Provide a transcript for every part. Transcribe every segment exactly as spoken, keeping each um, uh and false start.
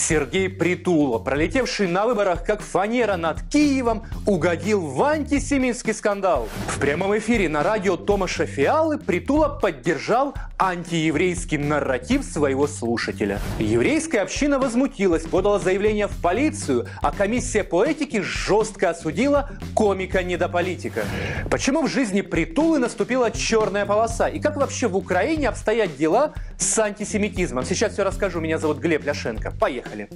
Сергей Притула, пролетевший на выборах как фанера над Киевом, угодил в антисемитский скандал. В прямом эфире на радио Томаша Фиалы Притула поддержал антиеврейский нарратив своего слушателя. Еврейская община возмутилась, подала заявление в полицию, а комиссия по этике жестко осудила комика-недополитика. Почему в жизни Притулы наступила черная полоса? И как вообще в Украине обстоят дела с антисемитизмом? Сейчас все расскажу. Меня зовут Глеб Ляшенко. Поехали.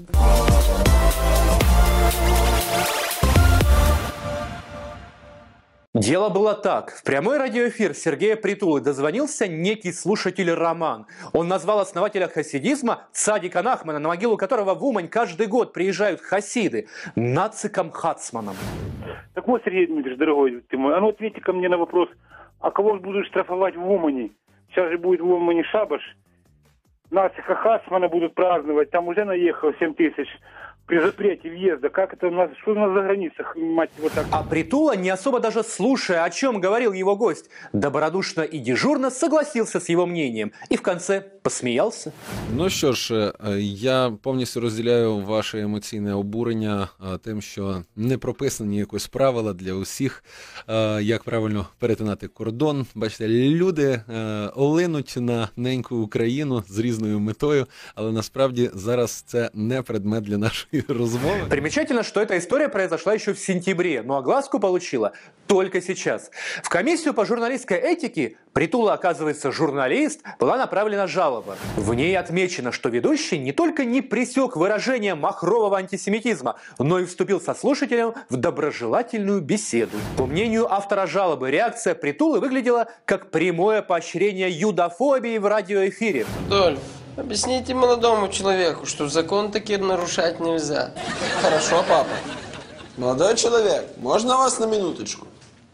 Дело было так. В прямой радиоэфир Сергея Притулы дозвонился некий слушатель Роман. Он назвал основателя хасидизма Цадика Нахмана, на могилу которого в Умань каждый год приезжают хасиды, нациком Хацманом. Так вот, Сергей Дмитриевич, дорогой ты мой, а ну ответьте ко мне на вопрос, а кого же будут штрафовать в Умани? Сейчас же будет в Умани шабаш, нацика Хацмана будут праздновать, там уже наехало семь тысяч. При запрете въезда. Как это у нас? Что у нас за границах, мать его, так? А Притула, не особо даже слушая, о чем говорил его гость, добродушно и дежурно согласился с его мнением. І в конце посміявся. Ну що ж, я повністю розділяю ваше емоційне обурення тим, що не прописані якось правила для усіх, як правильно перетинати кордон. Бачите, люди линуть на неньку Україну з різною метою, але насправді зараз це не предмет для нашої разговора. Примечательно, что эта история произошла еще в сентябре, но огласку получила только сейчас. В комиссию по журналистской этике, Притула, оказывается, журналист, была направлена жалоба. В ней отмечено, что ведущий не только не пресек выражение махрового антисемитизма, но и вступил со слушателем в доброжелательную беседу. По мнению автора жалобы, реакция Притулы выглядела как прямое поощрение юдофобии в радиоэфире. Доль, объясните молодому человеку, что закон таки нарушать нельзя. Хорошо, папа. Молодой человек, можно вас на минуточку?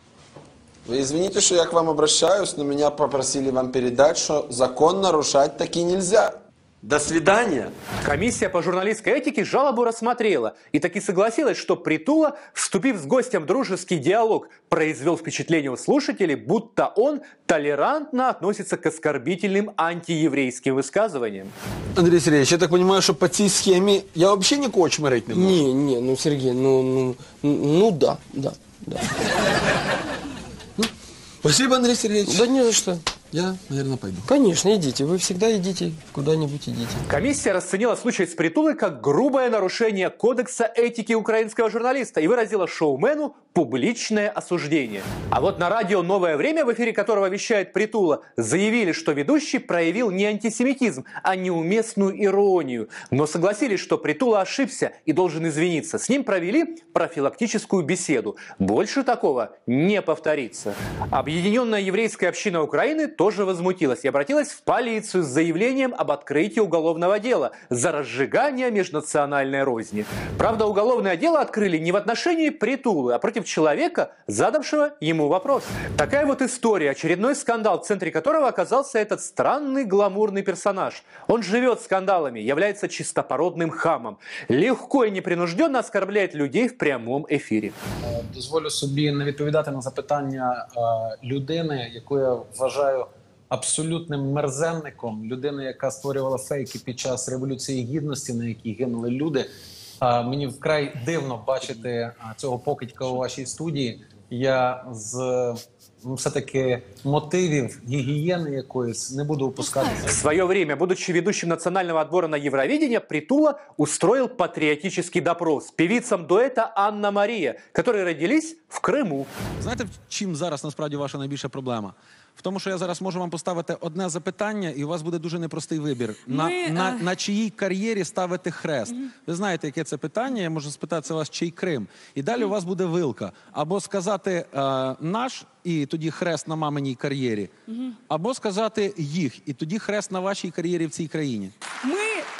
Вы извините, что я к вам обращаюсь, но меня попросили вам передать, что закон нарушать таки нельзя. До свидания. Комиссия по журналистской этике жалобу рассмотрела и таки согласилась, что Притула, вступив с гостем в дружеский диалог, произвел впечатление у слушателей, будто он толерантно относится к оскорбительным антиеврейским высказываниям. Андрей Сергеевич, я так понимаю, что по цій схеме я вообще никого чмырить не могу? Не, не, ну Сергей, ну, ну, ну да, да, да. Ну, спасибо, Андрей Сергеевич. Да не за что. Я, наверное, пойду. Конечно, идите. Вы всегда идите, куда-нибудь идите. Комиссия расценила случай с Притулой как грубое нарушение кодекса этики украинского журналиста и выразила шоумену публичное осуждение. А вот на радио «Новое время», в эфире которого вещает Притула, заявили, что ведущий проявил не антисемитизм, а неуместную иронию. Но согласились, что Притула ошибся и должен извиниться. С ним провели профилактическую беседу. Больше такого не повторится. Объединенная еврейская община Украины тоже возмутилась и обратилась в полицию с заявлением об открытии уголовного дела за разжигание межнациональной розни. Правда, уголовное дело открыли не в отношении Притулы, а против человека, задавшего ему вопрос. Такая вот история, очередной скандал, в центре которого оказался этот странный гламурный персонаж. Он живет скандалами, является чистопородным хамом. Легко и непринужденно оскорбляет людей в прямом ефірі. Дозволю собі не відповідати на запитання людини, яку я вважаю абсолютним мерзенником, людини, яка створювала фейки під час Революції Гідності, на якій гинули люди. Мені вкрай дивно бачити цього покидька у вашій студії. Я з ну, все-таки мотивів гигиены якоїсь не буду упускаться. В свое время, будучи ведущим национального отбора на Евровидение, Притула устроил патриотический допрос певицам дуэта Анна Мария, которые родились в Криму. Знаєте, в чим зараз насправді ваша найбільша проблема? В тому, що я зараз можу вам поставити одне запитання, і у вас буде дуже непростий вибір. На, Ми, на, а... на чиїй кар'єрі ставити хрест? Mm-hmm. Ви знаєте, яке це питання, я можу спитати вас, чий Крим. І далі mm-hmm. у вас буде вилка. Або сказати е, наш, і тоді хрест на маминій кар'єрі. Mm-hmm. Або сказати їх, і тоді хрест на вашій кар'єрі в цій країні. Ми,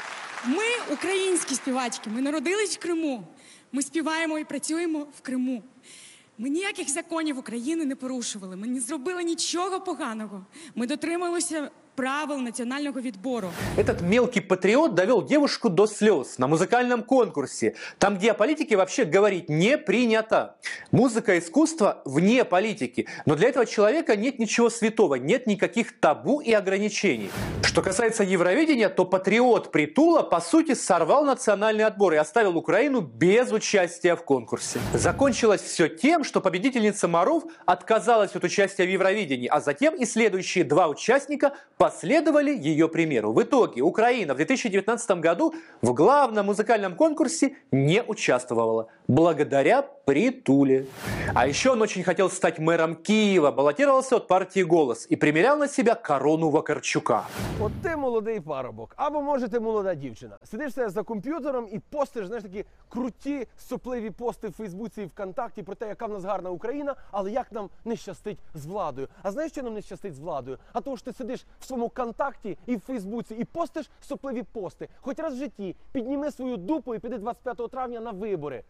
ми українські співачки, ми народились в Криму. Ми співаємо і працюємо в Криму. Ми ніяких законів України не порушували, ми не зробили нічого поганого. Ми дотрималися правил національного відбору. Этот мелкий патриот довел девушку до слез на музыкальном конкурсе, там, где о политике вообще говорить не принято. Музыка и искусство вне политики, но для этого человека нет ничего святого, нет никаких табу и ограничений. Что касается Евровидения, то патриот Притула, по сути, сорвал национальный отбор и оставил Украину без участия в конкурсе. Закончилось все тем, что победительница Марув отказалась от участия в Евровидении, а затем и следующие два участника последовали ее примеру. В итоге Украина в две тысячи девятнадцатом году в главном музыкальном конкурсе не участвовала, благодаря Притуле. А еще он очень хотел стать мэром Киева, баллотировался от партии «Голос» и примерял на себя корону Вакарчука. От ти молодий парубок, або може ти молода дівчина. Сидиш себе за комп'ютером і постиш, знаєш, такі круті, сопливі пости в Фейсбуці і ВКонтакті про те, яка в нас гарна Україна, але як нам не щастить з владою. А знаєш, що нам не щастить з владою? А тому, що ти сидиш в своєму ВКонтакті і в Фейсбуці і постиш сопливі пости. Хоч раз в житті підніми свою дупу і піди двадцять п'ятого травня на вибори.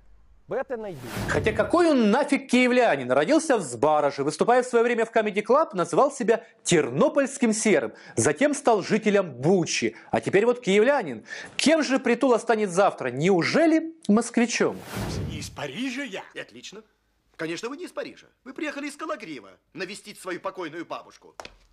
Хотя какой он нафиг киевлянин, родился в Сбараже, выступая в свое время в Comedy Club, называл себя тернопольским серым, затем стал жителем Бучи, а теперь вот киевлянин. Кем же Притула станет завтра? Неужели москвичом? Не из Парижа я? Отлично. Конечно, вы не из Парижа. Вы приехали из Калагрива навестить свою покойную бабушку.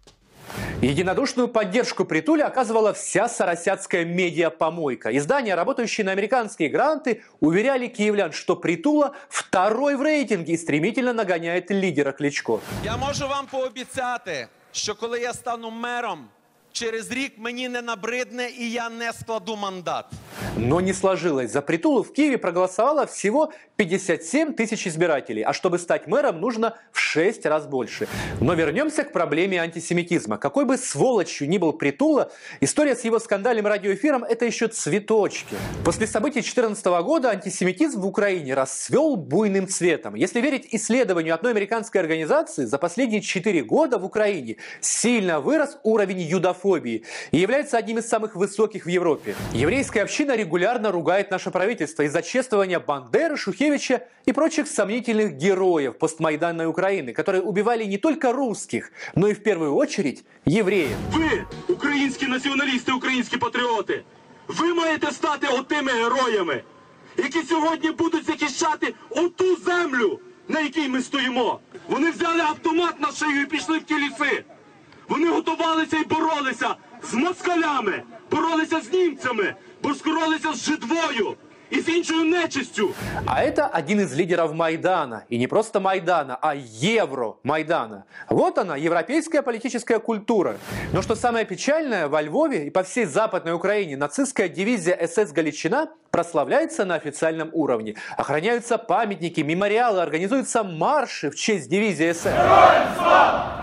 Единодушную поддержку Притуле оказывала вся соросятская медиапомойка. Издания, работающие на американские гранты, уверяли киевлян, что Притула второй в рейтинге и стремительно нагоняет лидера Кличко. Я можу вам пообіцяти, що коли я стану мером, через рік мені не набридне і я не складу мандат. Но не сложилось. За Притулу в Киеве проголосовало всего пятьдесят семь тысяч избирателей, а чтобы стать мэром, нужно в шесть раз больше. Но вернемся к проблеме антисемитизма. Какой бы сволочью ни был Притула, история с его скандальным радиоэфиром – это еще цветочки. После событий две тысячи четырнадцатого года антисемитизм в Украине расцвел буйным цветом. Если верить исследованию одной американской организации, за последние четыре года в Украине сильно вырос уровень юдофобии и является одним из самых высоких в Европе. Еврейская община регулярно ругает наше правительство из-за чествования Бандеры, Шухевича и прочих сомнительных героев постмайданной Украины, которые убивали не только русских, но и в первую очередь евреев. Ви, українські націоналісти, українські патріоти, ви маєте стати отими героями, які сьогодні будуть захищати оту землю, на якій ми стоїмо. Вони взяли автомат на шию і пішли в ті ліси. Вони готувалися і боролися з москалями, боролися з німцями, боролися з жидвою и с іншою нечистью. А это один из лидеров Майдана. И не просто Майдана, а Евромайдана. Вот она, европейская политическая культура. Но что самое печальное, во Львове и по всей Западной Украине нацистская дивизия эс эс «Галичина» прославляется на официальном уровне. Охраняются памятники, мемориалы, организуются марши в честь дивизии эс эс. Героям слава!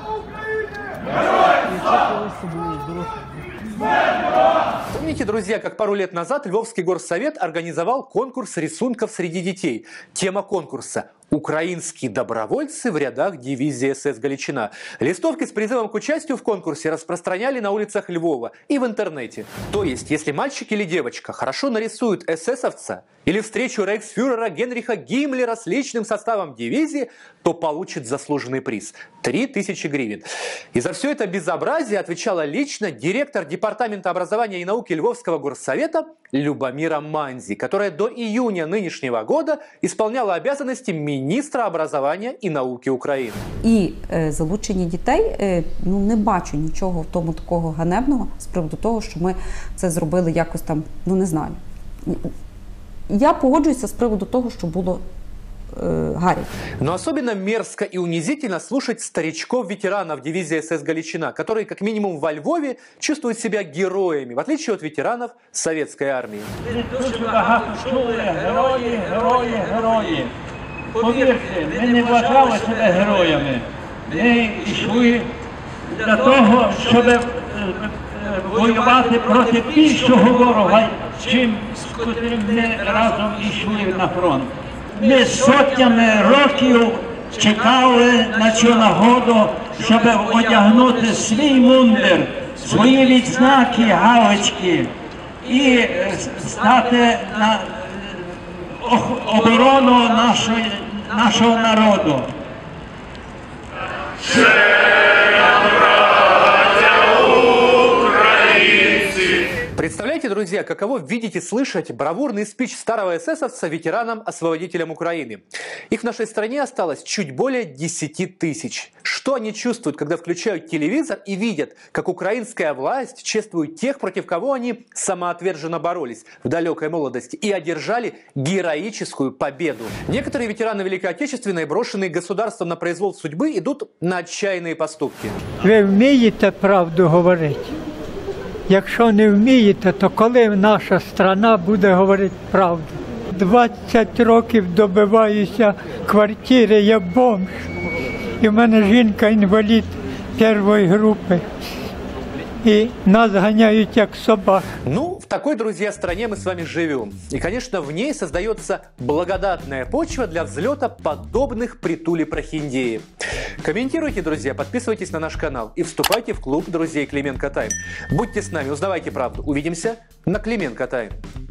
Героям слава! Помните, друзья, как пару лет назад Львовский горсовет организовал конкурс рисунков среди детей? Тема конкурса – «Украинские добровольцы в рядах дивизии эс эс «Галичина». Листовки с призывом к участию в конкурсе распространяли на улицах Львова и в интернете. То есть, если мальчик или девочка хорошо нарисуют эсэсовца или встречу рейхсфюрера Генриха Гиммлера с личным составом дивизии, то получит заслуженный приз – три тысячи гривен. И за все это безобразие отвечала лично директор Департамента образования и науки Львовского горсовета Любомира Манзи, которая до июня нынешнего года исполняла обязанности міністра образування і науки України. І е, залучення дітей, е, ну не бачу нічого в тому такого ганебного з приводу того, що ми це зробили якось там, ну не знаю. Я погоджуюся з приводу того, що було э, гаряче. Но особенно мерзко и унизительно слушать старичков-ветеранов дивизии эс эс «Галичина», которые, как минимум во Львове, чувствуют себя героями, в отличие от ветеранов советской армии. Дуже багато чули герої, герої, герої. Повірте, ми не вважали себе героями. Ми йшли для того, щоб воювати проти більшого ворога, чим з котрим ми разом йшли на фронт. Ми сотнями років чекали на цю нагоду, щоб одягнути свій мундир, свої відзнаки, галочки і стати на оборону нашої, нашого народу. Ще, браття Представляете, друзья, каково видеть и слышать бравурный спич старого эсэсовца ветеранам-освободителям Украины. Их в нашей стране осталось чуть более десяти тысяч. Что они чувствуют, когда включают телевизор и видят, как украинская власть чествует тех, против кого они самоотверженно боролись в далекой молодости и одержали героическую победу. Некоторые ветераны Великой Отечественной, брошенные государством на произвол судьбы, идут на отчаянные поступки. Ви вмієте правду говорити? Якщо не вмієте, то коли наша страна буде говорити правду? двадцять років добиваюся квартири, я бомж. І в мене жінка інвалід першої групи. И нас гоняют как собак. Ну, в такой, друзья, стране мы с вами живем. И, конечно, в ней создается благодатная почва для взлета подобных притули прохиндеев. Комментируйте, друзья, подписывайтесь на наш канал и вступайте в клуб друзей Клименко Тайм. Будьте с нами, узнавайте правду. Увидимся на Клименко Тайм.